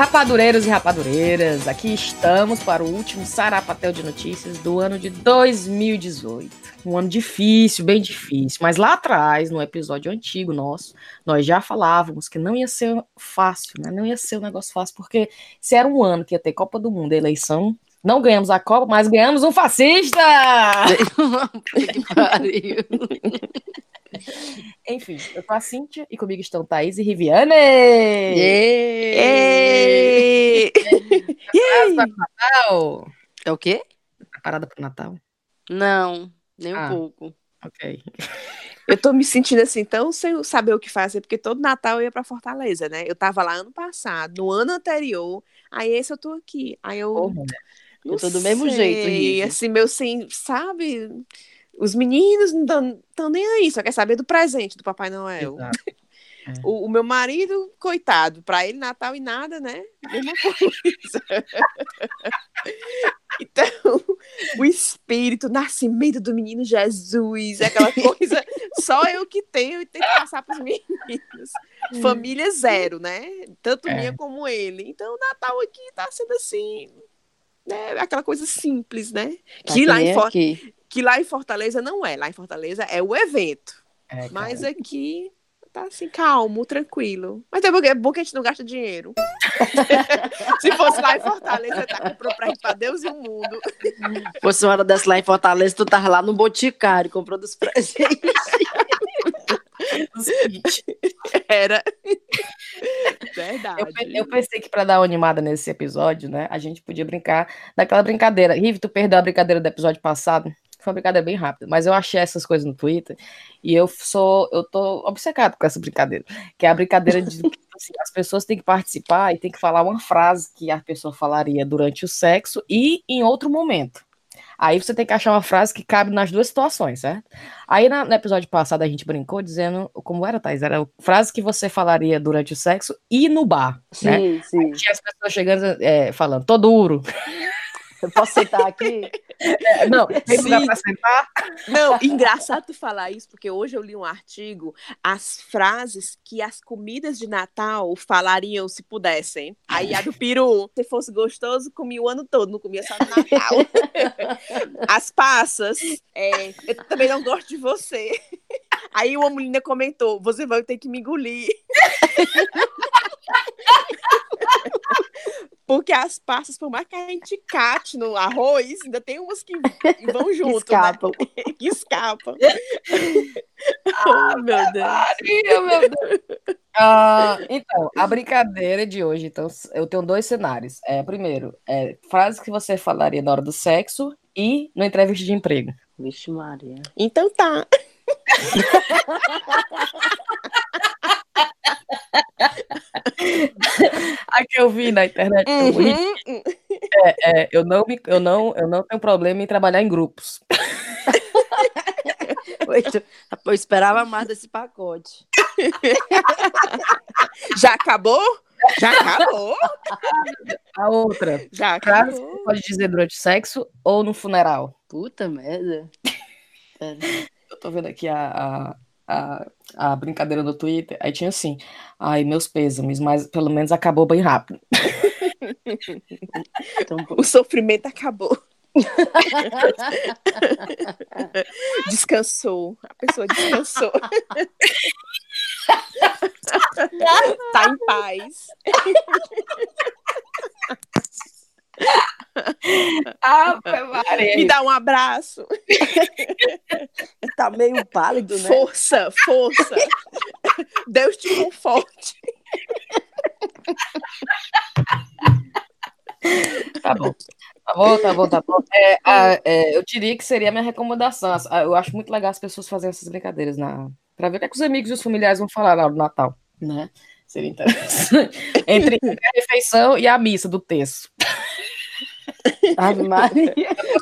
Rapadureiros e rapadureiras, aqui estamos para o último Sarapatel de Notícias do ano de 2018. Um ano difícil, bem difícil, mas lá atrás, no episódio antigo nosso, nós já falávamos que não ia ser fácil, né? Não ia ser um negócio fácil, porque se era um ano que ia ter Copa do Mundo, eleição, não ganhamos a Copa, mas ganhamos um fascista! Que pariu. Enfim, eu sou a Cíntia e comigo estão Thaís e Riviane! Preparada para o Natal? É o quê? Preparada para o Natal? Não, nem um pouco. Ok. Eu tô me sentindo assim tão sem saber o que fazer, porque todo Natal eu ia pra Fortaleza, né? Eu tava lá ano passado, no ano anterior, aí esse eu tô aqui. Aí eu Eu tô do mesmo jeito, Rivi. assim, meu sim, sabe? Os meninos não estão nem aí, só quer saber do presente do Papai Noel. Exato. O meu marido, coitado, pra ele Natal e nada, né? Mesma coisa. Então, o espírito, o nascimento do menino Jesus, aquela coisa, só eu que tenho e tenho que passar pros meninos. Família zero, né? Tanto minha como ele. Então, o Natal aqui tá sendo assim, né? Aquela coisa simples, né? Tá Que lá em Fortaleza não é. Lá em Fortaleza é o evento. Mas cara. aqui tá assim, calmo, tranquilo. Mas é bom que a gente não gasta dinheiro. Se fosse lá em Fortaleza, tá comprando pra ir pra Deus e o mundo. Fosse uma hora dessa lá em Fortaleza, tu tava lá no Boticário, comprando os presentes. Era. Verdade. Eu pensei que para dar uma animada nesse episódio, né, a gente podia brincar daquela brincadeira. Rive, tu perdeu a brincadeira do episódio passado? Foi uma brincadeira bem rápida, mas eu achei essas coisas no Twitter e eu tô obcecado com essa brincadeira, que é a brincadeira de assim, as pessoas têm que participar e tem que falar uma frase que a pessoa falaria durante o sexo e em outro momento. Aí você tem que achar uma frase que cabe nas duas situações, certo? Aí no episódio passado a gente brincou dizendo, como era, Thaís? Era a frase que você falaria durante o sexo e no bar, né? Sim. Aí tinha as pessoas chegando, falando, tô duro. Eu posso sentar aqui? Não, tem lugar pra sentar? Não, engraçado tu falar isso, porque hoje eu li um artigo, as frases que as comidas de Natal falariam se pudessem. Aí a do peru, se fosse gostoso, comia o ano todo, não comia só no Natal. As passas, eu também não gosto de você. Aí uma menina comentou, você vai ter que me engolir. Porque as passas, por mais que a gente cate no arroz, ainda tem umas que vão junto, Escapam. né? Que escapam. Meu Deus. Meu Deus. Então, a brincadeira de hoje, então, eu tenho dois cenários. Primeiro, frases que você falaria na hora do sexo e na entrevista de emprego. Vixe Maria. Então tá. A que eu vi na internet. Eu não tenho problema em trabalhar em grupos. Eu esperava mais desse pacote. Já acabou? Já acabou? A outra. Já Frase acabou. que você pode dizer durante o sexo ou no funeral. Puta merda. Eu tô vendo aqui a brincadeira no Twitter. Aí tinha assim, ai, meus pêsames, mas pelo menos acabou bem rápido. Então, o sofrimento acabou. Descansou. A pessoa descansou. Tá em paz. Maria. Me dá um abraço. Tá meio pálido, né? Força. Deus te conforte. Tá bom. Eu diria que seria a minha recomendação. Eu acho muito legal as pessoas fazerem essas brincadeiras para ver o que os amigos e os familiares vão falar na hora do Natal, né? Seria interessante. Entre a refeição e a missa do terço. Ave Maria.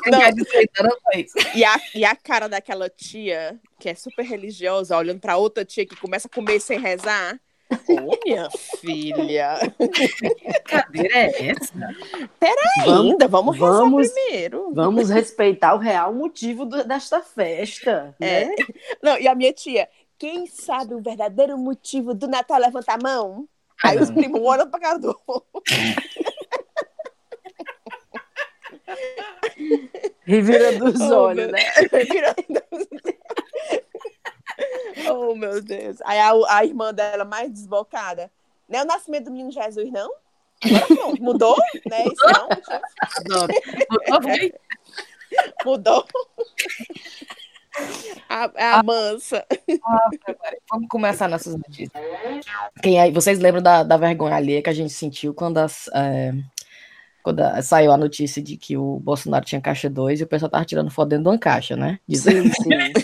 E a cara daquela tia que é super religiosa, olhando pra outra tia que começa a comer sem rezar. Ô, minha filha. Que cadeira é essa? Peraí, vamos rezar primeiro. Vamos respeitar o real motivo desta festa, né? Não, e a minha tia, quem sabe o verdadeiro motivo do Natal? Levanta a mão. Aí os primos um olhando pra cara do outro. Revirando os Oh, olhos, meu- né? Oh, meu Deus. Aí a irmã dela mais desbocada. Não é o nascimento do menino Jesus, não? Agora pronto. Mudou? Não é isso, não? Adoro. Botou bem. Mudou. A mansa. Vamos começar nessas notícias. Vocês lembram da vergonha alheia que a gente sentiu quando saiu a notícia de que o Bolsonaro tinha caixa 2 e o pessoal tava tirando foto dentro de uma caixa, né? Sim, sim.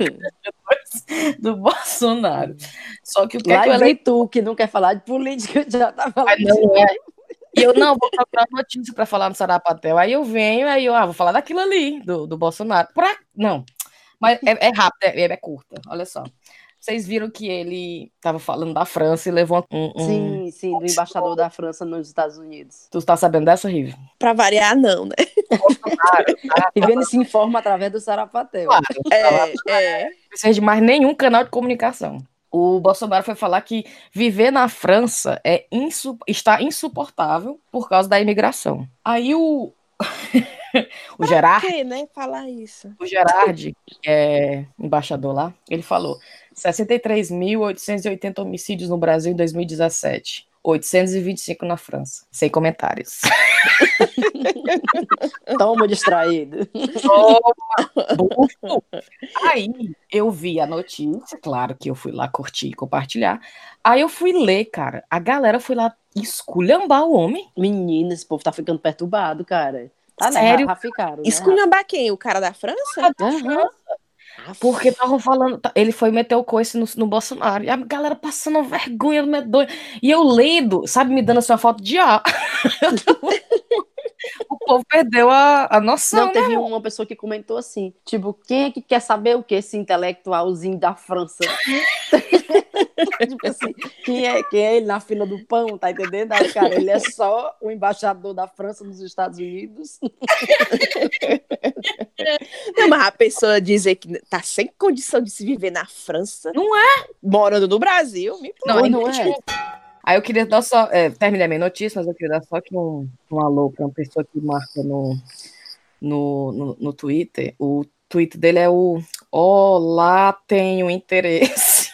Do Bolsonaro. Só que o que é Lá que o vem tu, que não quer falar de política, já tá falando. não é. E eu não vou procurar notícia para falar no Sarapatel. Aí eu venho, vou falar daquilo ali, do Bolsonaro. Não, mas é rápido, é curta. Olha só. Vocês viram que ele estava falando da França e levou Sim, sim, do embaixador da França nos Estados Unidos. Tu tá sabendo dessa, Rive? Pra variar, não, né? E vendo se informa através do Sarapatel. Claro. É. Não precisa de mais nenhum canal de comunicação. O Bolsonaro foi falar que viver na França está insuportável por causa da imigração. Aí o Gerard, Por que, né? Falar isso. o Gerard, que é embaixador lá, ele falou 63.880 homicídios no Brasil em 2017. 825 na França. Sem comentários. Toma, distraído. Bufo. Aí eu vi a notícia, claro que eu fui lá curtir e compartilhar. Aí eu fui ler, cara. A galera foi lá esculhambar o homem. Menina, esse povo tá ficando perturbado, cara. Tá, Sério? né? Já ficaram, né? Esculhambar quem? O cara da França? Aham. Porque estavam falando, ele foi meter o coice no Bolsonaro. E a galera passando vergonha, medonha. E eu lendo, sabe, me dando assim uma falta de ar. O povo perdeu a noção, Não, teve né? uma pessoa que comentou assim, tipo, quem é que quer saber o que esse intelectualzinho da França? Tipo assim, quem é ele na fila do pão, tá entendendo? Aí, cara, ele é só o embaixador da França nos Estados Unidos. Não, mas a pessoa dizer que tá sem condição de se viver na França. Não é? Morando no Brasil. Não é? Aí eu queria dar só. Terminei a minha notícia, mas eu queria dar só aqui um alô para uma pessoa que marca no Twitter. O tweet dele é o Olá, tenho interesse.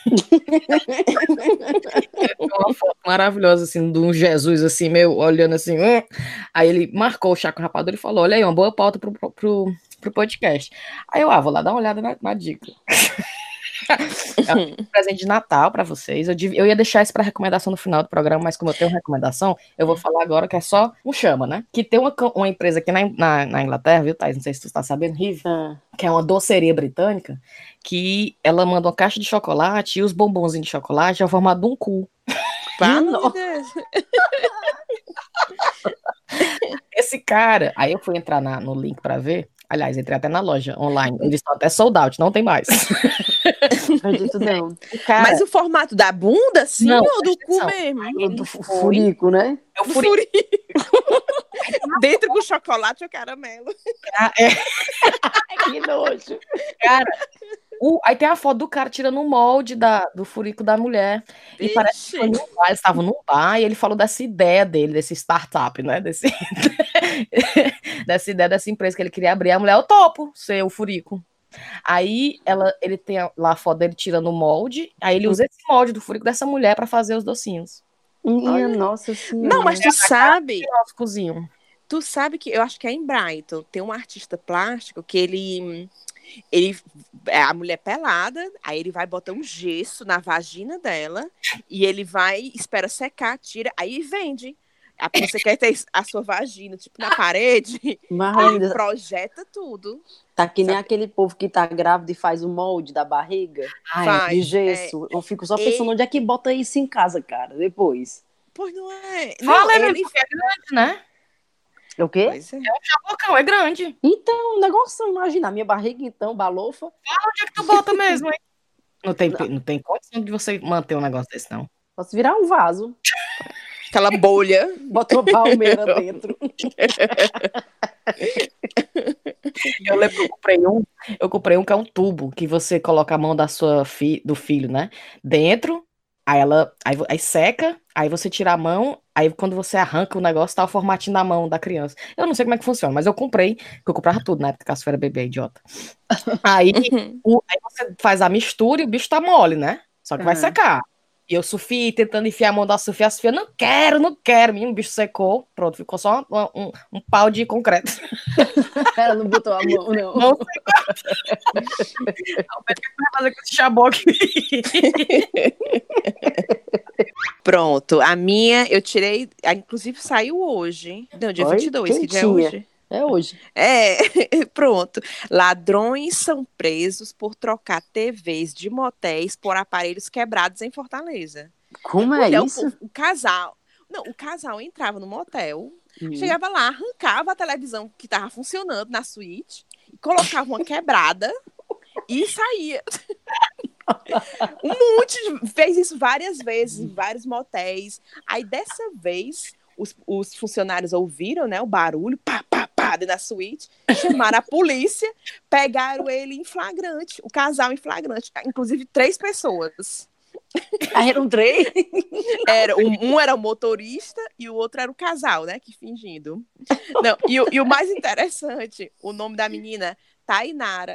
É uma foto maravilhosa, assim, de um Jesus, assim, meio olhando assim. Aí ele marcou o Chaco Rapadura e falou: olha aí, uma boa pauta pro podcast. Aí eu, vou lá dar uma olhada na dica. É um presente de Natal para vocês. Eu ia deixar isso para recomendação no final do programa, mas como eu tenho recomendação, eu vou falar agora que é só um chama, né? Que tem uma empresa aqui na Inglaterra, viu, Thais? Não sei se tu está sabendo, Rive, que é uma doceria britânica, que ela manda uma caixa de chocolate e os bombonzinhos de chocolate é o formato de um cu. Meu Deus. Esse cara, aí eu fui entrar no link para ver. Aliás, entrei até na loja online. Eles estão até sold out, não tem mais. Não acredito, não. Cara, Mas o formato da bunda, sim, Não, ou do presta cu atenção. mesmo? Do furico, né? é o Do furico. Dentro com chocolate ou caramelo. Que nojo. Cara, aí tem a foto do cara tirando um molde do furico da mulher. E parece que foi num bar, eles estavam num bar e ele falou dessa ideia dele, desse startup, né? Dessa ideia dessa empresa que ele queria abrir. A mulher, eu topo ser o furico. Aí ele tem lá a foto dele tirando o molde. Aí ele usa esse molde do furico dessa mulher pra fazer os docinhos. Minha nossa senhora. Não, mas tu sabe, Nosso cozinho. tu sabe que eu acho que é em Brighton. Tem um artista plástico que ele é a mulher pelada, aí ele vai botar um gesso na vagina dela e ele vai, espera secar, tira, aí vende. Aí você quer ter a sua vagina, tipo, na parede, Mas ele ainda projeta tudo. tá que nem Sabe? aquele povo que tá grávido e faz o molde da barriga Faz. de gesso. Eu fico só pensando onde é que bota isso em casa, cara, depois. Pois não é. Fala, Não, ele... é grande, né? O quê? Pois é. Chabocão, é grande. Então, o negócio, imagina, a minha barriga, então, balofa. Onde é que tu bota mesmo, hein? Não tem condição de você manter um negócio desse, não. Posso virar um vaso, Aquela bolha. bota uma palmeira dentro. Eu lembro que eu comprei um que é um tubo, que você coloca a mão do filho, né? Dentro, Aí seca, aí você tira a mão, aí quando você arranca o negócio, tá o formatinho da mão da criança. Eu não sei como é que funciona, mas eu comprei, porque eu comprava tudo na época que a Sofia era bebê, idiota. Aí, aí você faz a mistura e o bicho tá mole, né? Só que vai Aham. secar. E eu, Sofia, tentando enfiar a mão da Sofia, a Sofia, não quero, não quero. Menino, o bicho secou, pronto, ficou só um pau de concreto. Ela não botou a mão, não. Não sei o que vai fazer com esse chaboque. Pronto, a minha eu tirei, inclusive saiu hoje. Não, dia Oi? 22, Quem que dia é tinha? hoje? É hoje. Pronto. Ladrões são presos por trocar TVs de motéis por aparelhos quebrados em Fortaleza. Como é Mulher, isso? o casal. Não, o casal entrava no motel, Uhum. chegava lá, arrancava a televisão que estava funcionando na suíte, colocava uma quebrada e saía. Fez isso várias vezes em vários motéis. Aí dessa vez os funcionários ouviram, né, o barulho, pá, pá, pá, dentro da suíte, chamaram a polícia, pegaram ele em flagrante, o casal em flagrante, inclusive 3 pessoas. Ah, eram 3? Um era o motorista e o outro era o casal, né, que fingindo. Não, e o mais interessante, o nome da menina, Tainara.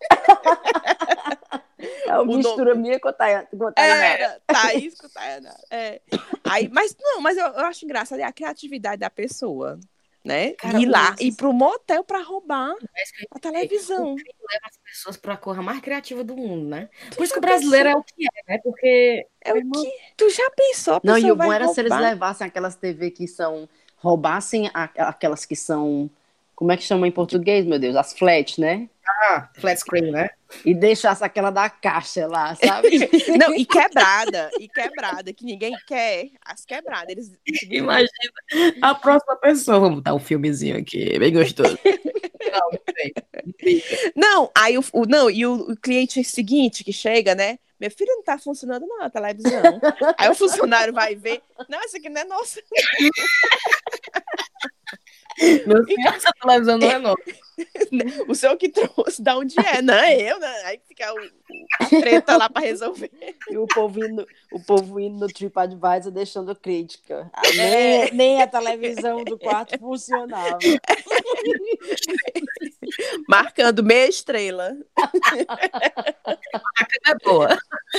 É uma mistura minha com a Tainara. Era, Thaís com Tainara. Aí, mas eu acho engraçado a criatividade da pessoa, né? Cara, Ir lá, ir pro motel pra roubar a televisão. O crime leva as pessoas para a coisa mais criativa do mundo, né? Por isso que o brasileiro é o que é, né? Porque. É o que tu já pensou, a Não, pessoa e o vai bom era se eles roubar. levassem aquelas TV que são. Roubassem aquelas que são. Como é que chama em português, meu Deus? As flat, né? Flat screen, né? E deixasse aquela da caixa lá, sabe? Não, e quebrada, que ninguém quer. As quebradas. Eles... Imagina a próxima pessoa. Vamos botar um filmezinho aqui, bem gostoso. Não, não sei. Não, aí o cliente seguinte que chega, né? Meu filho não tá funcionando não, a televisão. Aí o funcionário vai ver. Não, essa aqui não é nossa. Meu filho, essa televisão não é nossa. O senhor que trouxe, da onde é? Não, é eu, né? Aí fica a treta lá pra resolver. E o povo indo no TripAdvisor deixando crítica. Nem a televisão do quarto funcionava. Marcando meia estrela. É boa.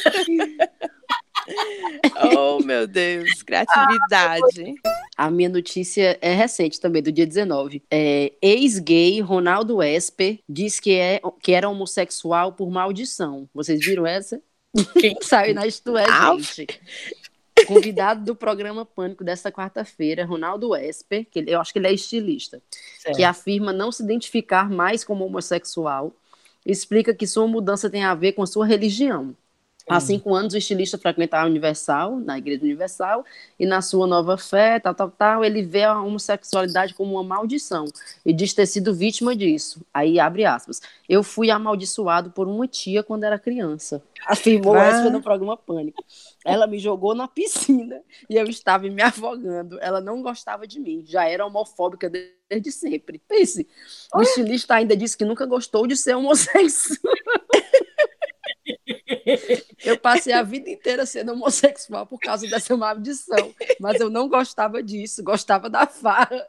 Oh, meu Deus, criatividade. A minha notícia é recente também, do dia 19. Ex-gay Ronaldo Esper diz que era homossexual por maldição. Vocês viram essa? Quem? Saiu na Isto É, gente. Convidado do programa Pânico desta quarta-feira, Ronaldo Esper, eu acho que ele é estilista, que afirma não se identificar mais como homossexual, explica que sua mudança tem a ver com a sua religião. Há 5 anos, o estilista frequenta a Universal, na Igreja Universal, e na sua nova fé, ele vê a homossexualidade como uma maldição e diz ter sido vítima disso. Aí, abre aspas, eu fui amaldiçoado por uma tia quando era criança, afirmou essa no programa Pânico. Ela me jogou na piscina e eu estava me afogando. Ela não gostava de mim, já era homofóbica desde sempre. Pense, o estilista ainda disse que nunca gostou de ser homossexual. Eu passei a vida inteira sendo homossexual por causa dessa maldição, mas eu não gostava disso, gostava da farra.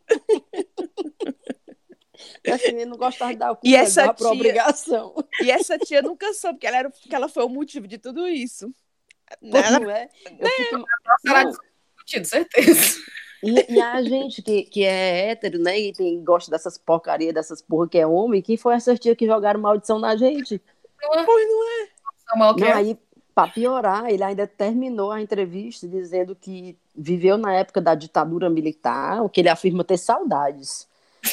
Assim, eu não gostava de dar o cu, mas dar por obrigação. E essa tia nunca soube que ela foi o motivo de tudo isso. Não é? Eu fico... Não, certeza. E a gente que é hétero, né, e gosta dessas porcarias, dessas porra que é homem, quem foi essas tias que jogaram maldição na gente? Pois não é. Não, aí, para piorar, ele ainda terminou a entrevista dizendo que viveu na época da ditadura militar, o que ele afirma ter saudades.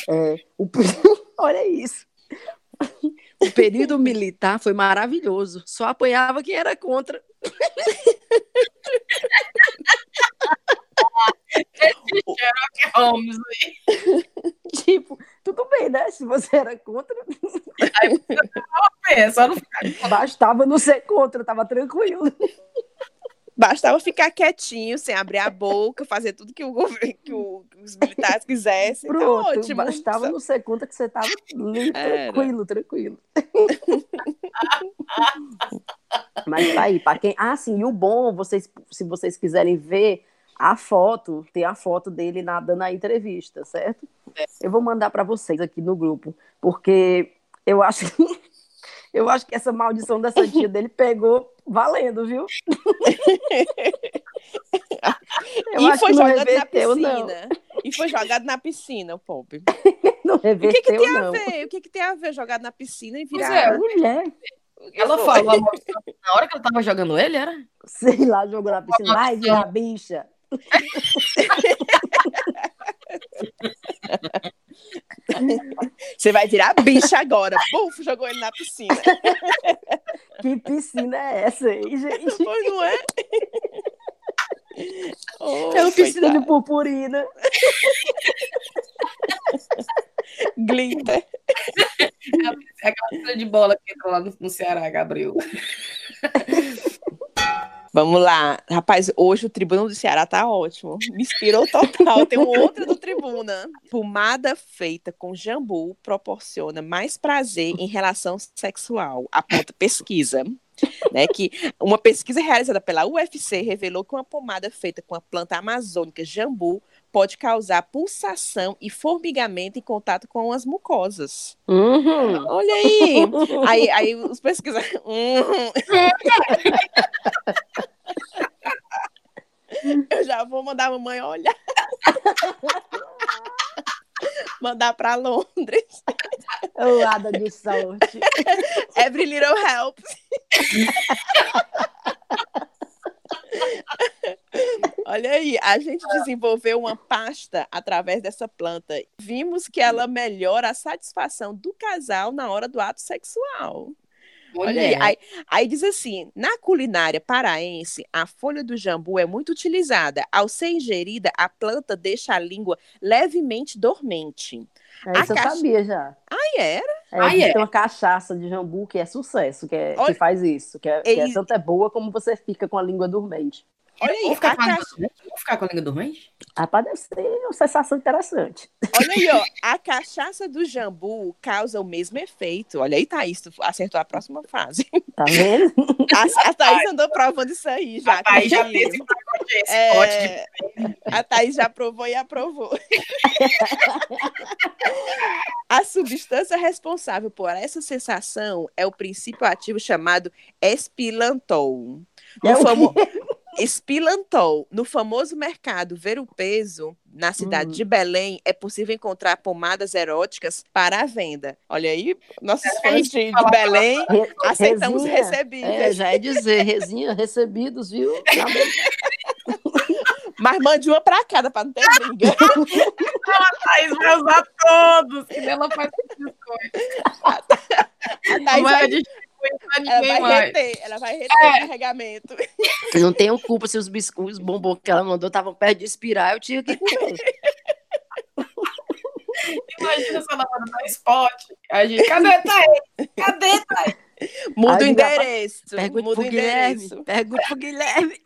Olha isso. O período militar foi maravilhoso, só apoiava quem era contra. Sherlock Holmes. Tipo, tudo bem, né? Se você era contra. Aí, só não ficar... Bastava não ser contra, tava tranquilo. Bastava ficar quietinho, sem abrir a boca, fazer tudo que os militares quisessem. Pronto, tá ótimo. bastava não ser contra que você tava tranquilo. Mas tá aí, para quem... sim, e o bom, se vocês quiserem ver a foto, tem a foto dele dando a entrevista, certo? Eu vou mandar para vocês aqui no grupo, porque eu acho que essa maldição dessa tia dele pegou valendo, viu? E foi jogado na piscina. E foi jogado na piscina, o pobre. Não reverteu, o que tem não. A ver? O que tem a ver jogado na piscina e virar... mulher. Ela falou na hora que ela tava jogando ele, era? Sei lá, jogou na piscina. Vai virar bicha. Você vai virar bicha agora. Buf, jogou ele na piscina. Que piscina é essa aí, gente? Pois não é? É uma piscina de purpurina. Glitter. É aquela piscina de bola que entrou lá no Ceará, Gabriel. Vamos lá. Rapaz, hoje o Tribuna do Ceará tá ótimo. Me inspirou total. Tem outra do Tribuna. Pomada feita com jambu proporciona mais prazer em relação sexual, aponta pesquisa. Né, que uma pesquisa realizada pela UFC revelou que uma pomada feita com a planta amazônica jambu pode causar pulsação e formigamento em contato com as mucosas. Olha aí. Aí os pesquisadores... Eu já vou mandar a mamãe olhar. Mandar para Londres. Lada de sorte. Every little helps. Olha aí, a gente desenvolveu uma pasta através dessa planta. Vimos que ela melhora a satisfação do casal na hora do ato sexual. Olha aí diz assim, na culinária paraense, a folha do jambu é muito utilizada. Ao ser ingerida, a planta deixa a língua levemente dormente. Isso eu sabia já. Era? Tem uma cachaça de jambu que é sucesso, que faz isso. Que tanto é boa como você fica com a língua dormente. Olha aí, vou ficar com a língua dormente? Rapaz, deve ser uma sensação interessante. Olha aí, ó. A cachaça do jambu causa o mesmo efeito. Olha aí, Thaís, tu acertou a próxima frase. Tá vendo? A Thaís andou provando isso aí já. A Thaís já fez A Thaís já provou e aprovou. A substância responsável por essa sensação é o princípio ativo chamado espilantol. Espilantol. No famoso mercado Ver o Peso, na cidade de Belém, é possível encontrar pomadas eróticas para a venda. Olha aí, nossos fãs de Belém, aceitamos recebidos. Já é dizer, Rezinha, recebidos, viu? Mas mande uma para cada, para não ter briga. A Thaís vai usar todos, que ela faz biscoito. A Thaís ela vai reter o carregamento. Eu não tenho culpa se os biscoitos, os bombons que ela mandou estavam perto de expirar, eu tinha que comer. Imagina se ela manda no spot. A gente, cadê Thaís? Muda o endereço. Pergunta pro Guilherme.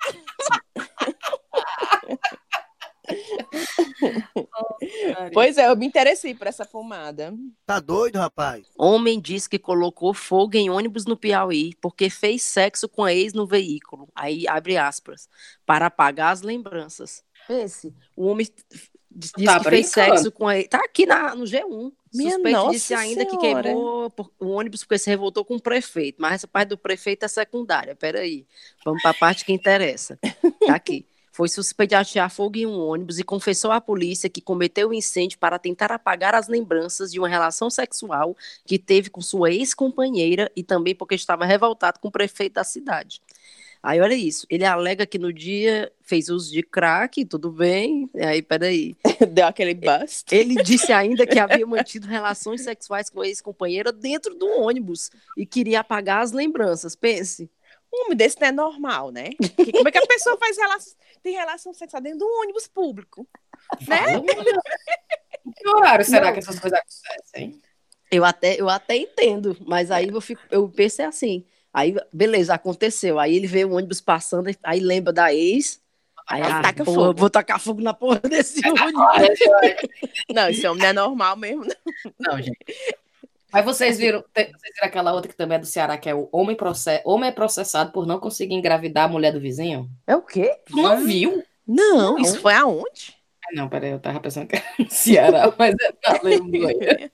Pois é, eu me interessei por essa pomada. Tá doido, rapaz? Homem diz que colocou fogo em ônibus no Piauí porque fez sexo com a ex no veículo. Aí abre aspas. Para apagar as lembranças. Pense, o homem disse que fez sexo com a ex. Tá aqui no G1. Suspeito disse ainda que queimou o ônibus porque se revoltou com o prefeito. Mas essa parte do prefeito é secundária. Peraí. Vamos para a parte que interessa. Tá aqui. Foi suspeito de atear fogo em um ônibus e confessou à polícia que cometeu o incêndio para tentar apagar as lembranças de uma relação sexual que teve com sua ex-companheira e também porque estava revoltado com o prefeito da cidade. Aí, olha isso. Ele alega que no dia fez uso de crack, tudo bem. Aí, peraí. Deu aquele bust. Ele disse ainda que havia mantido relações sexuais com a ex-companheira dentro do ônibus e queria apagar as lembranças. Pense. Um homem desse não é normal, né? Como é que a pessoa tem relação sexual dentro de um ônibus público? Né? Que horário será que essas coisas acontecem? Eu até entendo, mas aí eu pensei assim. Aí, beleza, aconteceu. Aí ele vê o ônibus passando, aí lembra da ex. Aí, vou tacar fogo na porra desse ônibus. Não, esse homem não é normal mesmo. Não, gente. Mas vocês viram aquela outra que também é do Ceará, que é o homem é processado por não conseguir engravidar a mulher do vizinho? É o quê? Tu não viu? Não, isso foi aonde? Não, peraí, eu tava pensando que era no Ceará, mas é na Alemanha.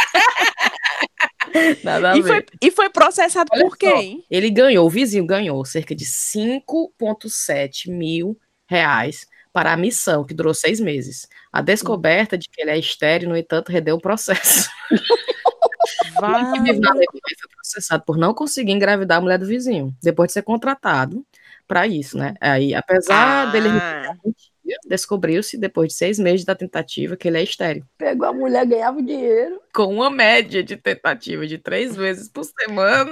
Nada a ver. E foi processado Olha por quem? Ele ganhou, o vizinho ganhou cerca de 5,7 mil reais para a missão, que durou 6 meses. A descoberta de que ele é estéril, no entanto, rendeu um processo. O homem que vive na Alemanha foi processado por não conseguir engravidar a mulher do vizinho, depois de ser contratado para isso, né? Aí, apesar dele descobriu-se, depois de 6 meses da tentativa, que ele é estéril. Pegou a mulher, ganhava o dinheiro. Com uma média de tentativa de 3 vezes por semana.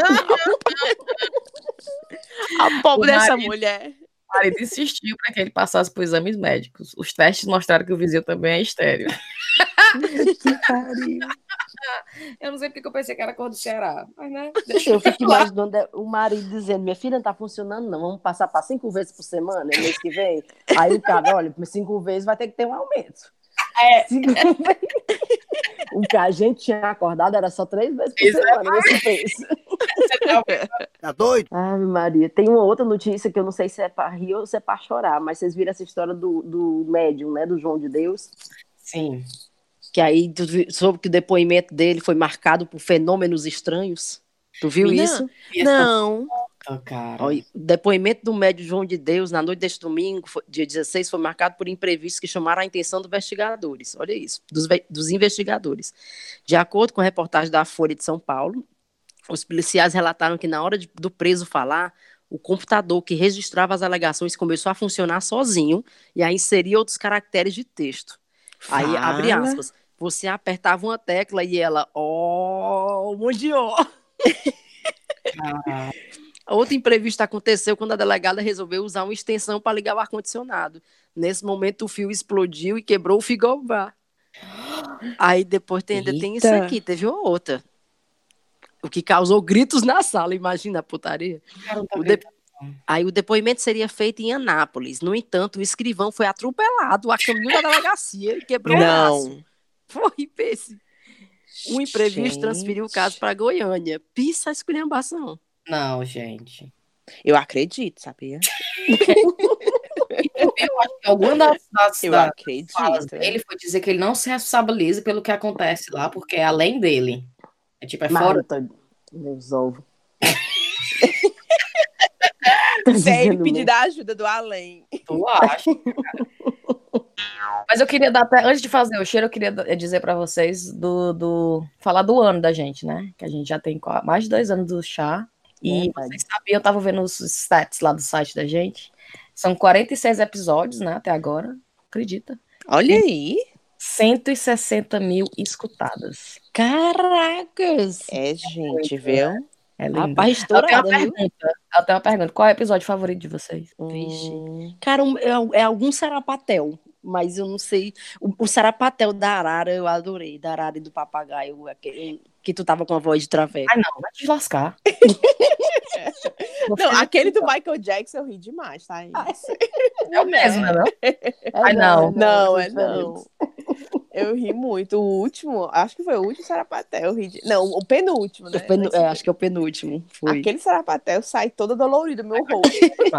A pobre dessa mulher. O marido insistiu para que ele passasse por exames médicos. Os testes mostraram que o vizinho também é estéril. Que pariu. Eu não sei porque eu pensei que era cor do Ceará, mas né? Eu fico imaginando o marido dizendo: minha filha não tá funcionando, não. Vamos passar para 5 vezes por semana, mês que vem. Aí o cara, olha, 5 vezes vai ter que ter um aumento. 5 vezes. O que a gente tinha acordado era só 3 vezes por semana nesse preço. Tá doido? Ai, Maria. Tem uma outra notícia que eu não sei se é para rir ou se é para chorar, mas vocês viram essa história do médium, né? Do João de Deus? Sim. Que aí soube que o depoimento dele foi marcado por fenômenos estranhos. Tu viu isso? Não. Cara. Olha, o depoimento do médium João de Deus na noite deste domingo, dia 16, foi marcado por imprevistos que chamaram a atenção dos investigadores. Olha isso, dos investigadores. De acordo com a reportagem da Folha de São Paulo, os policiais relataram que na hora do preso falar, o computador que registrava as alegações começou a funcionar sozinho e a inserir outros caracteres de texto. Aí, abre aspas, você apertava uma tecla e ela, um monte de ó. Outro imprevisto aconteceu quando a delegada resolveu usar uma extensão para ligar o ar-condicionado. Nesse momento, o fio explodiu e quebrou o frigobar. Aí depois ainda tem isso aqui, teve uma outra. O que causou gritos na sala, imagina a putaria. Aí o depoimento seria feito em Anápolis. No entanto, o escrivão foi atropelado a caminho da delegacia e quebrou o braço. Foi, pense. O imprevisto transferiu o caso para Goiânia. Pisa a esculhambação. Não, gente. Eu acredito, sabia? Eu acho que alguma das falas dele foi dizer que ele não se responsabiliza pelo que acontece lá, porque é além dele. É tipo, é fora. Meus ovos. Sem pedir da ajuda do além. Tu acha? Mas eu queria dar, antes de fazer o cheiro, eu queria dizer para vocês falar do ano da gente, né? Que a gente já tem mais de 2 anos do chá. E vocês sabiam, eu tava vendo os stats lá do site da gente. São 46 episódios, né, até agora. Acredita? Olha aí. 160 mil escutadas. Caracas! É, gente, viu? É lindo. Rapaz, estourada, eu tenho uma pergunta. Qual é o episódio favorito de vocês? Vixe. Cara, é algum sarapatel, mas eu não sei. O sarapatel da arara eu adorei. Da arara e do papagaio, aquele que tu tava com a voz de traveco. Ai, não, vai te lascar. Não, aquele do Michael Jackson eu ri demais, tá? É o mesmo, não? Ai, não. Não, é não. Eu ri muito. O último, acho que foi o último sarapatel. Eu ri não, o penúltimo, né? Acho que é o penúltimo. Foi. Aquele sarapatel sai todo dolorido do meu rosto.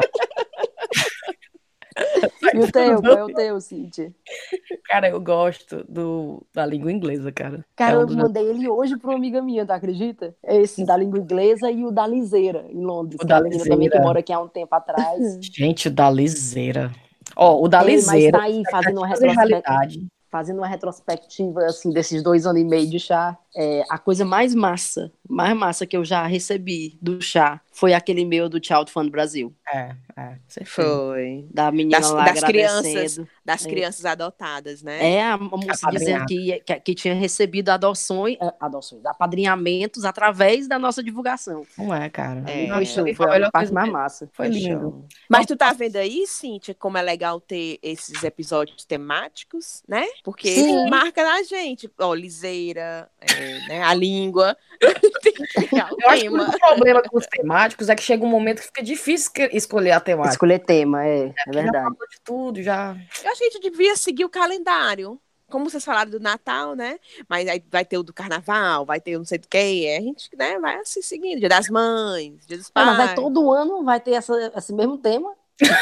E o teu? Qual é o teu, Cíntia? Cara, eu gosto da língua inglesa, cara. Cara, eu mandei ele hoje pra uma amiga minha, tu acredita? Esse da língua inglesa e o da Liseira, em Londres. O da Liseira também, que mora aqui há um tempo atrás. Gente, o da Liseira. O da Liseira. Mas tá aí fazendo uma retrospectiva assim, desses 2 anos e meio de chá. A coisa mais massa que eu já recebi do chá foi aquele meu do Tchau do Fã do Brasil. Foi. Da menina lá agradecendo. Das crianças adotadas, né? A moça dizendo que tinha recebido adoções, apadrinhamentos através da nossa divulgação. Não é, cara. Foi a parte mais massa. Foi lindo. Mas tu tá vendo aí, Cíntia, como é legal ter esses episódios temáticos, né? Porque marca na gente. Liseira, né? A língua. Eu acho que o problema com os temáticos é que chega um momento que fica difícil escolher a temática. Escolher tema, é verdade. Já falou de tudo, já. Eu acho que a gente devia seguir o calendário. como vocês falaram do Natal, né? Mas aí vai ter o do Carnaval, vai ter o não sei do que, a gente, né, vai assim seguindo, Dia das Mães, Dia dos Pais. Mas aí todo ano vai ter esse mesmo tema.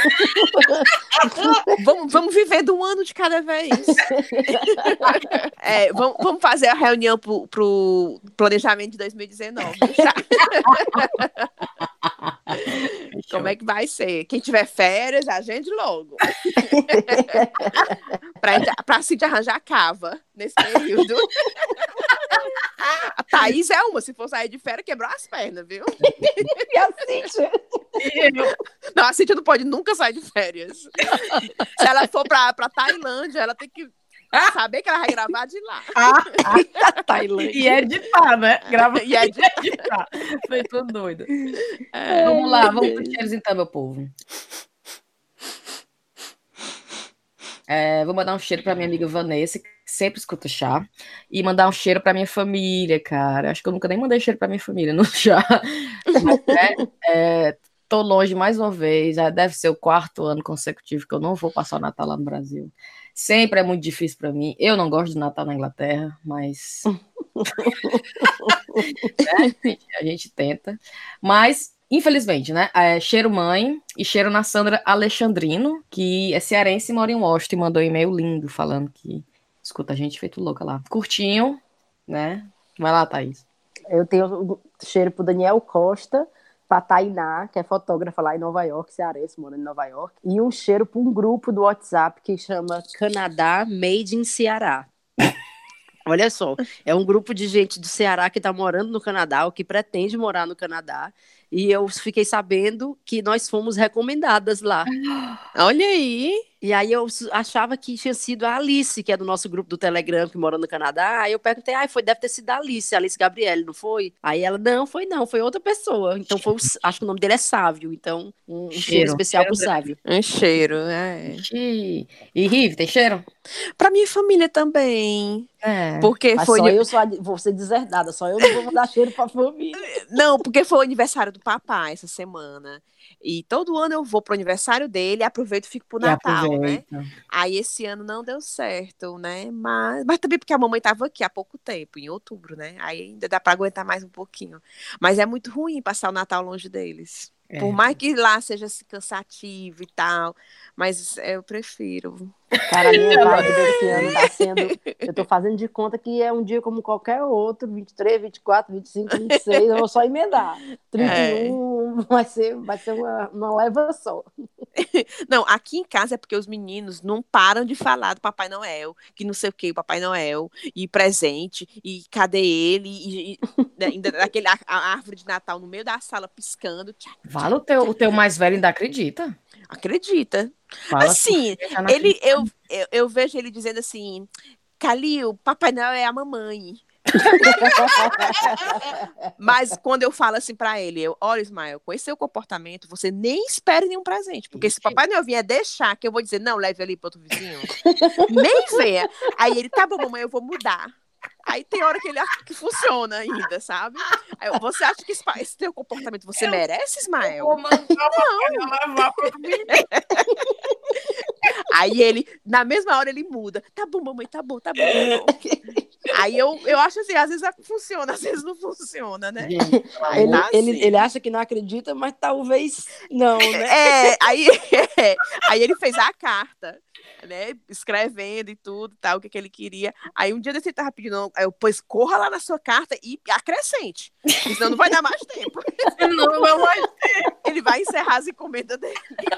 Vamos viver de um ano de cada vez. Vamos fazer a reunião pro planejamento de 2019. Como é que vai ser? Quem tiver férias, agende logo. pra se arranjar cava nesse período. A Thaís é uma, se for sair de férias, quebrou as pernas, viu? E a Cíntia? Não, a Cíntia não pode nunca sair de férias. Se ela for pra Tailândia, ela tem que saber que ela vai gravar de lá. Tailândia. E editar, né? E editar. Foi tudo doido. Vamos lá, vamos para os cheiros então, meu povo. Vou mandar um cheiro para minha amiga Vanessa, que sempre escuta chá, e mandar um cheiro para minha família, cara. Acho que eu nunca nem mandei cheiro para minha família no chá. Mas, tô longe mais uma vez, já deve ser o 4º ano consecutivo que eu não vou passar o Natal lá no Brasil. Sempre é muito difícil para mim. Eu não gosto do Natal na Inglaterra, mas a gente tenta. Mas infelizmente, né? Cheiro mãe e cheiro na Sandra Alexandrino, que é cearense e mora em Washington, e mandou um e-mail lindo falando que escuta a gente feito louca lá. Curtinho, né? Vai lá, Thaís. Eu tenho cheiro pro Daniel Costa, pra Tainá, que é fotógrafa lá em Nova York, cearense, mora em Nova York, e um cheiro para um grupo do WhatsApp que chama Canadá Made in Ceará. Olha só, é um grupo de gente do Ceará que está morando no Canadá, ou que pretende morar no Canadá, e eu fiquei sabendo que nós fomos recomendadas lá. Olha aí! E aí eu achava que tinha sido a Alice, que é do nosso grupo do Telegram, que mora no Canadá. Aí eu perguntei, deve ter sido a Alice Gabriele, não foi? Aí ela, não, foi outra pessoa. Então acho que o nome dele é Sávio, então um cheiro especial pro Sávio. Um cheiro, E Rive, tem cheiro? Pra minha família também. Porque mas só eu vou ser deserdada, só eu não vou dar cheiro pra família. Não, porque foi o aniversário do papai essa semana. E todo ano eu vou pro aniversário dele, aproveito e fico pro Natal, né? Aí esse ano não deu certo, né? Mas também porque a mamãe tava aqui há pouco tempo, em outubro, né? Aí ainda dá pra aguentar mais um pouquinho. Mas é muito ruim passar o Natal longe deles. Por mais que lá seja assim, cansativo e tal, mas eu prefiro. Cara, a minha vibe desse ano tá sendo... Eu tô fazendo de conta que é um dia como qualquer outro, 23, 24, 25, 26, eu vou só emendar. 31 vai ser uma leva só. Não, aqui em casa é porque os meninos não param de falar do Papai Noel, que não sei o que, o Papai Noel, e presente, e cadê ele, e ainda a árvore de Natal no meio da sala piscando. Fala, o teu mais velho ainda acredita? Acredita. Fala assim, eu vejo ele dizendo assim, Calil, Papai Noel é a mamãe. Mas quando eu falo assim pra ele, olha, Ismael, com esse seu comportamento, você nem espere nenhum presente, porque se Papai Noel vier deixar, que eu vou dizer, não, leve ali pro outro vizinho, nem venha. Aí ele, tá bom, mamãe, eu vou mudar. Aí tem hora que ele acha que funciona ainda, sabe? Aí, você acha que esse teu comportamento você merece, Ismael? Não. Aí ele, na mesma hora, ele muda. Tá bom, mamãe, tá bom. Aí eu acho assim, às vezes funciona, às vezes não funciona, né? Ele acha que não acredita, mas talvez não, né? Aí ele fez a carta, né? Escrevendo e tudo, tal, o que ele queria. Aí um dia desse ele tava pedindo, aí eu, pois corra lá na sua carta e acrescente, senão não vai dar mais tempo. Não vai mais tempo. Ele vai encerrar as encomendas dele.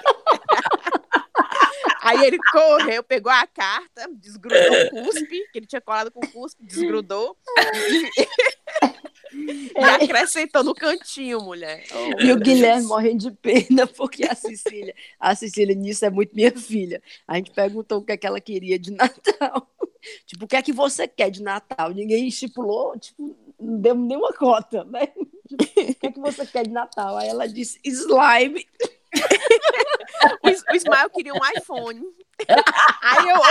Aí ele correu, pegou a carta, desgrudou o cuspe, que ele tinha colado com o cuspe, desgrudou e acrescentou no cantinho, mulher. E o Guilherme morrendo de pena, porque a Cecília nisso é muito minha filha. A gente perguntou o que é que ela queria de Natal. Tipo, o que é que você quer de Natal? Ninguém estipulou, tipo, não deu nenhuma cota, né? Tipo, o que é que você quer de Natal? Aí ela disse, slime. O Ismael queria um iPhone. Aí eu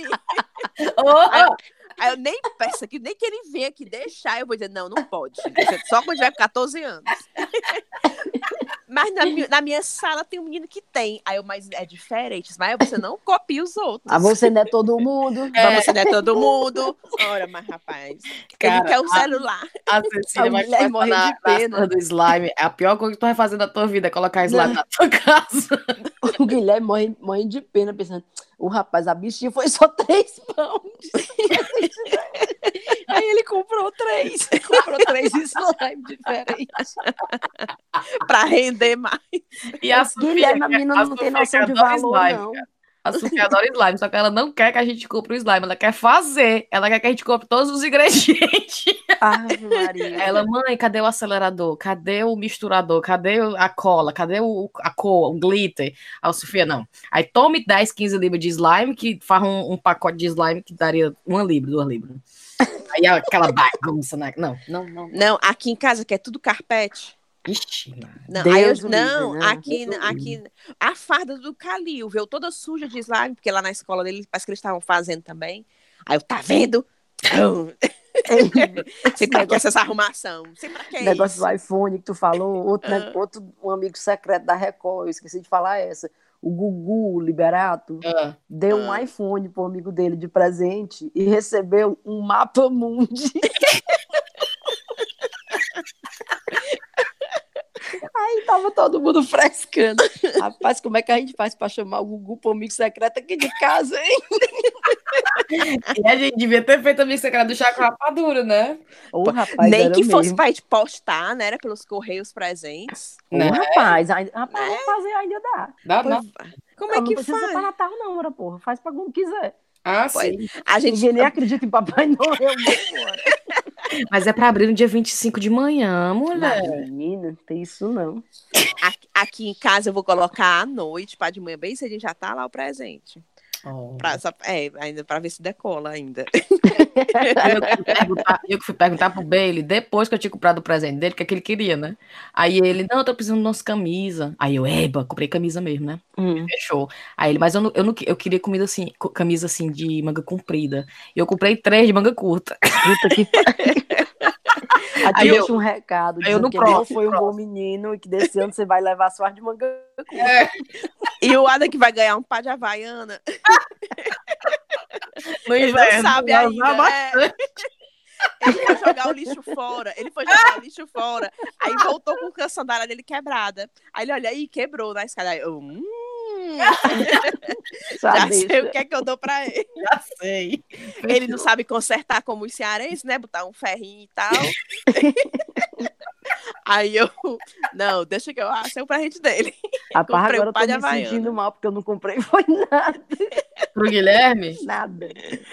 Aí eu nem peço aqui, nem que ele venha aqui deixar. Eu vou dizer, não pode. Só quando tiver 14 anos. Mas na minha sala tem um menino que tem. Aí eu, mas é diferente. Mas você não copia os outros. Ah, você não é todo mundo. Mas você não é todo mundo. Ora, mas rapaz, Cara, ele quer um celular. A Cecília vai Guilherme morrendo de pena. do slime. É a pior coisa que tu vai fazer na tua vida, é colocar slime na tua casa. O Guilherme morrendo de pena, pensando, o rapaz, a bichinha foi só 3 pounds. Aí ele comprou 3 slime diferentes. Pra render mais. E a Sofia, Guilherme, a menina não tem noção de valor, não. A Sofia adora slime, só que ela não quer que a gente compre o slime, ela quer fazer. Ela quer que a gente compre todos os ingredientes. Ave Maria. Ela, mãe, cadê o acelerador? Cadê o misturador? Cadê a cola? Cadê a cor, o glitter? Aí a Sofia, não. Aí tome 10, 15 libras de slime, que faz um pacote de slime que daria 1 libra, 2 libras. Aí aquela bagunça, né? Não. Não, aqui em casa que é tudo carpete. Ixi, Não, Deus aqui a farda do Calil veio toda suja de slime, porque lá na escola dele parece que eles estavam fazendo também. Aí eu, tá vendo? Você tá com essa arrumação. Negócio do iPhone que tu falou, outro um amigo secreto da Record, eu esqueci de falar essa. O Gugu Liberato deu um iPhone pro amigo dele de presente e recebeu um mapa mundi. Aí tava todo mundo frescando. Rapaz, como é que a gente faz pra chamar o Gugu pro amigo secreto aqui de casa, hein? E a gente devia ter feito a amigo secreto do chá com rapadura, né? Rapaz, nem que fosse mesmo. pra gente postar, né? Era pelos correios presentes. Rapaz, fazer ainda dá. Como é que não precisa faz? pra Natal, não, ora, porra. Faz pra quando quiser. Sim. Ninguém nem acredita em Papai Noel, agora. Mas é pra abrir no dia 25 de manhã, mulher. Não, menina, não tem isso não. Aqui em casa eu vou colocar à noite, para de manhã bem cedinho já tá lá o presente. Ainda pra ver se decola ainda. Eu que fui perguntar pro Bailey, depois que eu tinha comprado o presente dele, que é que ele queria, né? Aí ele, não, eu tô precisando de nossa camisa. Aí eu, comprei camisa mesmo, né? Fechou. Aí ele, mas eu queria camisa assim de manga comprida. E eu comprei 3 de manga curta. Puta que Aí eu deixo um recado dizendo que não foi um bom menino e que desse ano você vai levar suas de manga curta. E o Ada que vai ganhar um par de Havaiana. Ele não sabe ainda. Ele foi jogar o lixo fora. Aí voltou com a sandália dele quebrada. Aí ele olha aí, quebrou na escada. Aí eu, já sei o que é que eu dou pra ele. Já sei. Ele não sabe consertar como os cearenses, né? Botar um ferrinho e tal. Aí eu, não, deixa que eu acho o presente dele. Rapaz, agora eu tô me sentindo mal porque eu não comprei foi nada. Pro Guilherme? Nada.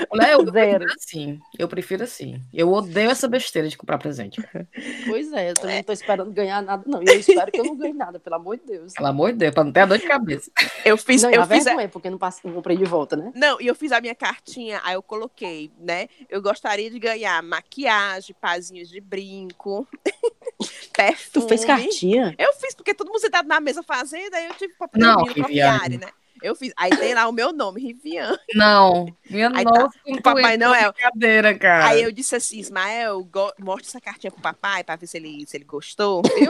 Eu prefiro assim. Eu odeio essa besteira de comprar presente. Pois é, eu também não tô esperando ganhar nada, não. E eu espero que eu não ganhe nada, pelo amor de Deus. Pelo amor de Deus, pra não ter a dor de cabeça. Não é porque não comprei de volta, né? Não, e eu fiz a minha cartinha, aí eu coloquei, né? Eu gostaria de ganhar maquiagem, pazinhos de brinco, perfume. Tu fez cartinha? Eu fiz, porque todo mundo sentado na mesa fazendo, aí eu tive pra poder copiar, né? Eu fiz. Aí tem lá o meu nome, Riviane. Não, minha nossa, o Papai Noel. Brincadeira, cara. Aí eu disse assim, Ismael, mostra essa cartinha pro papai pra ver se ele gostou, viu?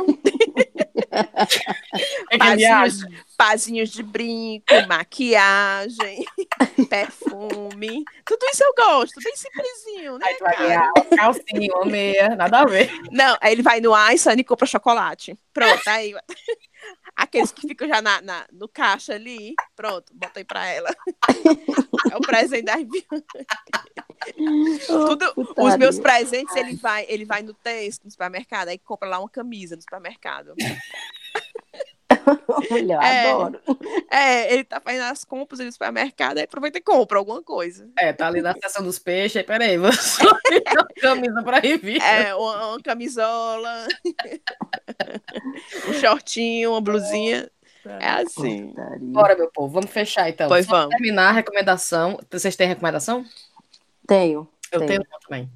Pazinhos de brinco, maquiagem, perfume. Tudo isso eu gosto, bem simplesinho, né? Aí tu vai ganhar uma calcinha, uma meia, nada a ver. Não, aí ele vai no iSun e compra chocolate. Pronto, aí... Aqueles que ficam já no caixa ali. Pronto, botei pra ela. É o presente da Riviane. Os meus presentes, ele vai no Tesco, no supermercado, aí compra lá uma camisa no supermercado. Olha, adoro. Ele tá fazendo as compras no supermercado, aí aproveita e compra alguma coisa. Tá ali na seção dos peixes, aí peraí, vou só uma camisa pra Riviane. Uma camisola, um shortinho, uma blusinha. É assim. Bora, meu povo, vamos fechar então. Pois vamos. Terminar a recomendação. Vocês têm recomendação? Tenho. Eu tenho uma também.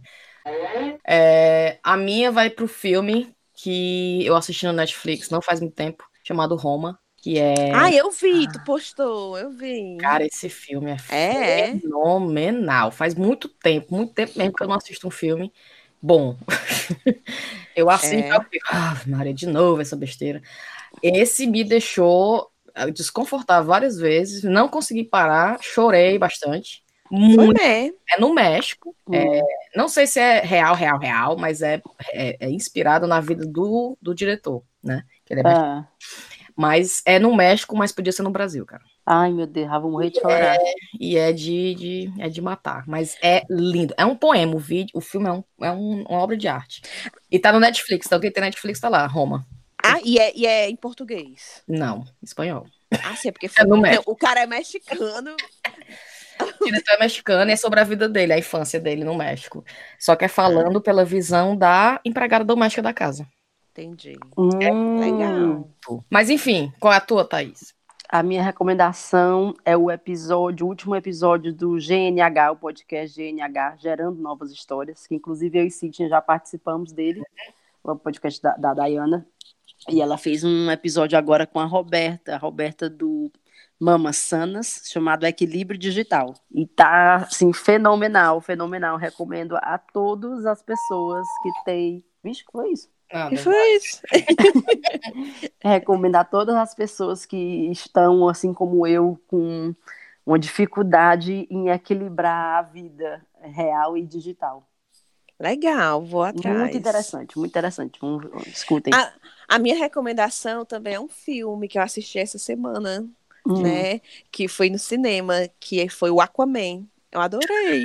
A minha vai pro filme que eu assisti no Netflix não faz muito tempo, chamado Roma, que é... eu vi, tu postou, eu vi. Cara, esse filme é fenomenal. Faz muito tempo mesmo que eu não assisto um filme bom. Eu assisto, Maria, de novo essa besteira. Esse me deixou desconfortável várias vezes, não consegui parar, chorei bastante. Muito. É no México. Não sei se é real, mas é inspirado na vida do diretor, né? Que ele é mas é no México, mas podia ser no Brasil, cara. Ai, meu Deus, vou morrer de chorar. E é de matar, mas é lindo. É um poema, o filme é uma obra de arte. E tá no Netflix, então quem tem Netflix tá lá, Roma. Ah, e é em português? Não, espanhol. Ah, sim, porque México. O cara é mexicano. O diretor é mexicano e é sobre a vida dele, a infância dele no México. Só que é falando pela visão da empregada doméstica da casa. Entendi. Legal. Mas enfim, qual é a tua, Thaís? A minha recomendação é o último episódio do GNH, o podcast GNH, Gerando Novas Histórias, que inclusive eu e Sidney já participamos dele, o podcast da Dayana. E ela fez um episódio agora com a Roberta do Mamas Sanas, chamado Equilíbrio Digital. E tá, assim, fenomenal. Recomendo a todas as pessoas que têm... Vixe, que foi isso? Que foi isso? Recomendo a todas as pessoas que estão, assim como eu, com uma dificuldade em equilibrar a vida real e digital. Legal, vou atrás. Muito interessante. Escutem. A minha recomendação também é um filme que eu assisti essa semana, né? Que foi no cinema, que foi o Aquaman. Eu adorei.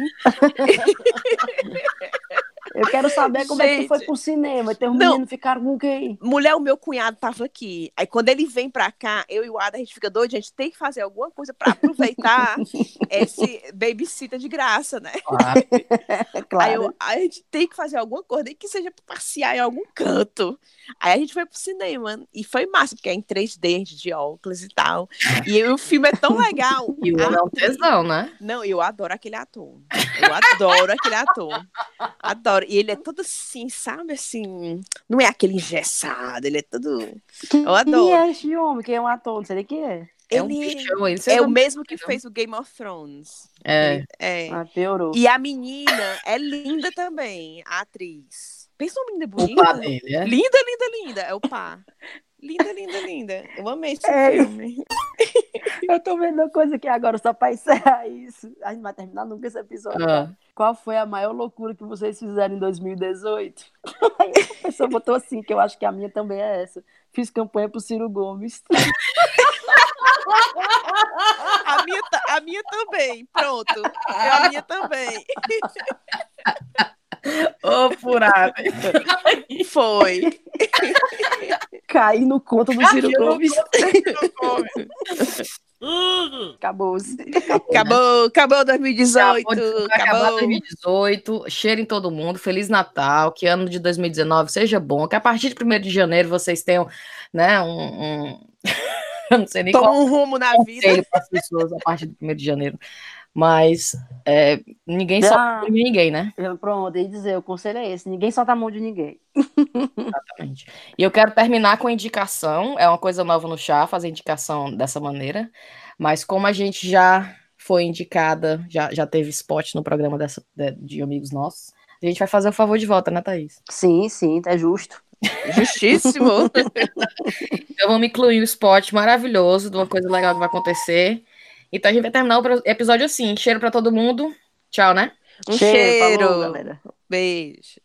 Eu quero saber como é que tu foi pro cinema. Tem meninos ficaram com quem? Mulher, o meu cunhado tava aqui. Aí quando ele vem pra cá, eu e o Ada, a gente fica doido, a gente tem que fazer alguma coisa pra aproveitar esse babysitter de graça, né? Claro. Aí a gente tem que fazer alguma coisa, nem que seja pra passear em algum canto. Aí a gente foi pro cinema. E foi massa, porque é em 3D, a gente de óculos e tal. E o filme é tão legal. E o homem é um tesão, né? Não, eu adoro aquele ator. Adoro. E ele é todo assim, sabe? Assim, não é aquele engessado, ele é todo... Eu adoro. Quem é esse homem? Quem é um ator? Não sei nem quem é. Ele é o mesmo que fez o Game of Thrones. Piorou. E a menina é linda também, a atriz. Pensa uma menina bonita. O pá dele, é? Linda. É o pá. Linda. Eu amei esse filme. Eu tô vendo uma coisa aqui agora, só pra encerrar isso. A gente não vai terminar nunca esse episódio. Qual foi a maior loucura que vocês fizeram em 2018? Aí a pessoa botou assim, que eu acho que a minha também é essa. Fiz campanha pro Ciro Gomes. A minha também. Pronto. A minha também. Ô, furada. Foi. Caí no conto do Ciro Gomes. Acabou 2018. Acabou 2018. Cheiro em todo mundo. Feliz Natal. Que ano de 2019 seja bom. Que a partir de 1º de janeiro vocês tenham, né, eu não sei nem qual um rumo na vida para as pessoas a partir de 1º de janeiro. Mas ninguém solta a mão de ninguém, né? Pronto, ia dizer, o conselho é esse: ninguém solta a mão de ninguém. Exatamente. E eu quero terminar com a indicação. É uma coisa nova no chá, fazer indicação dessa maneira. Mas como a gente já foi indicada, já teve spot no programa de amigos nossos, a gente vai fazer o favor de volta, né, Thaís? Sim, tá justo. Justíssimo. Então vamos incluir o spot maravilhoso de uma coisa legal que vai acontecer. Então a gente vai terminar o episódio assim. Cheiro pra todo mundo. Tchau, né? Cheiro. Falou, galera. Beijo.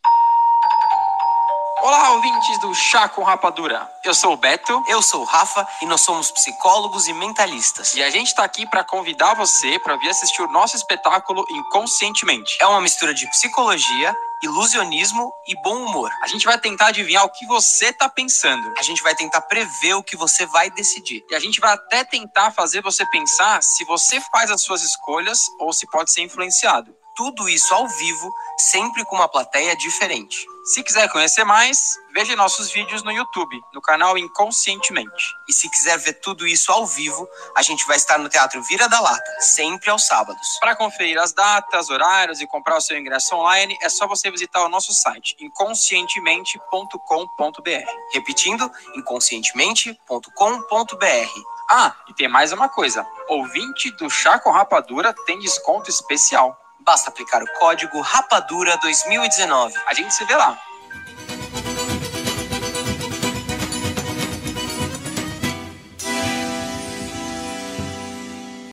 Olá, ouvintes do Chá com Rapadura. Eu sou o Beto. Eu sou o Rafa e nós somos psicólogos e mentalistas. E a gente tá aqui para convidar você para vir assistir o nosso espetáculo Inconscientemente. É uma mistura de psicologia, ilusionismo e bom humor. A gente vai tentar adivinhar o que você tá pensando. A gente vai tentar prever o que você vai decidir. E a gente vai até tentar fazer você pensar se você faz as suas escolhas ou se pode ser influenciado. Tudo isso ao vivo, sempre com uma plateia diferente. Se quiser conhecer mais, veja nossos vídeos no YouTube, no canal Inconscientemente. E se quiser ver tudo isso ao vivo, a gente vai estar no Teatro Vira da Lata, sempre aos sábados. Para conferir as datas, horários e comprar o seu ingresso online, é só você visitar o nosso site, inconscientemente.com.br. Repetindo, inconscientemente.com.br. E tem mais uma coisa. Ouvinte do Chá com Rapadura tem desconto especial. Basta aplicar o código RAPADURA 2019. A gente se vê lá.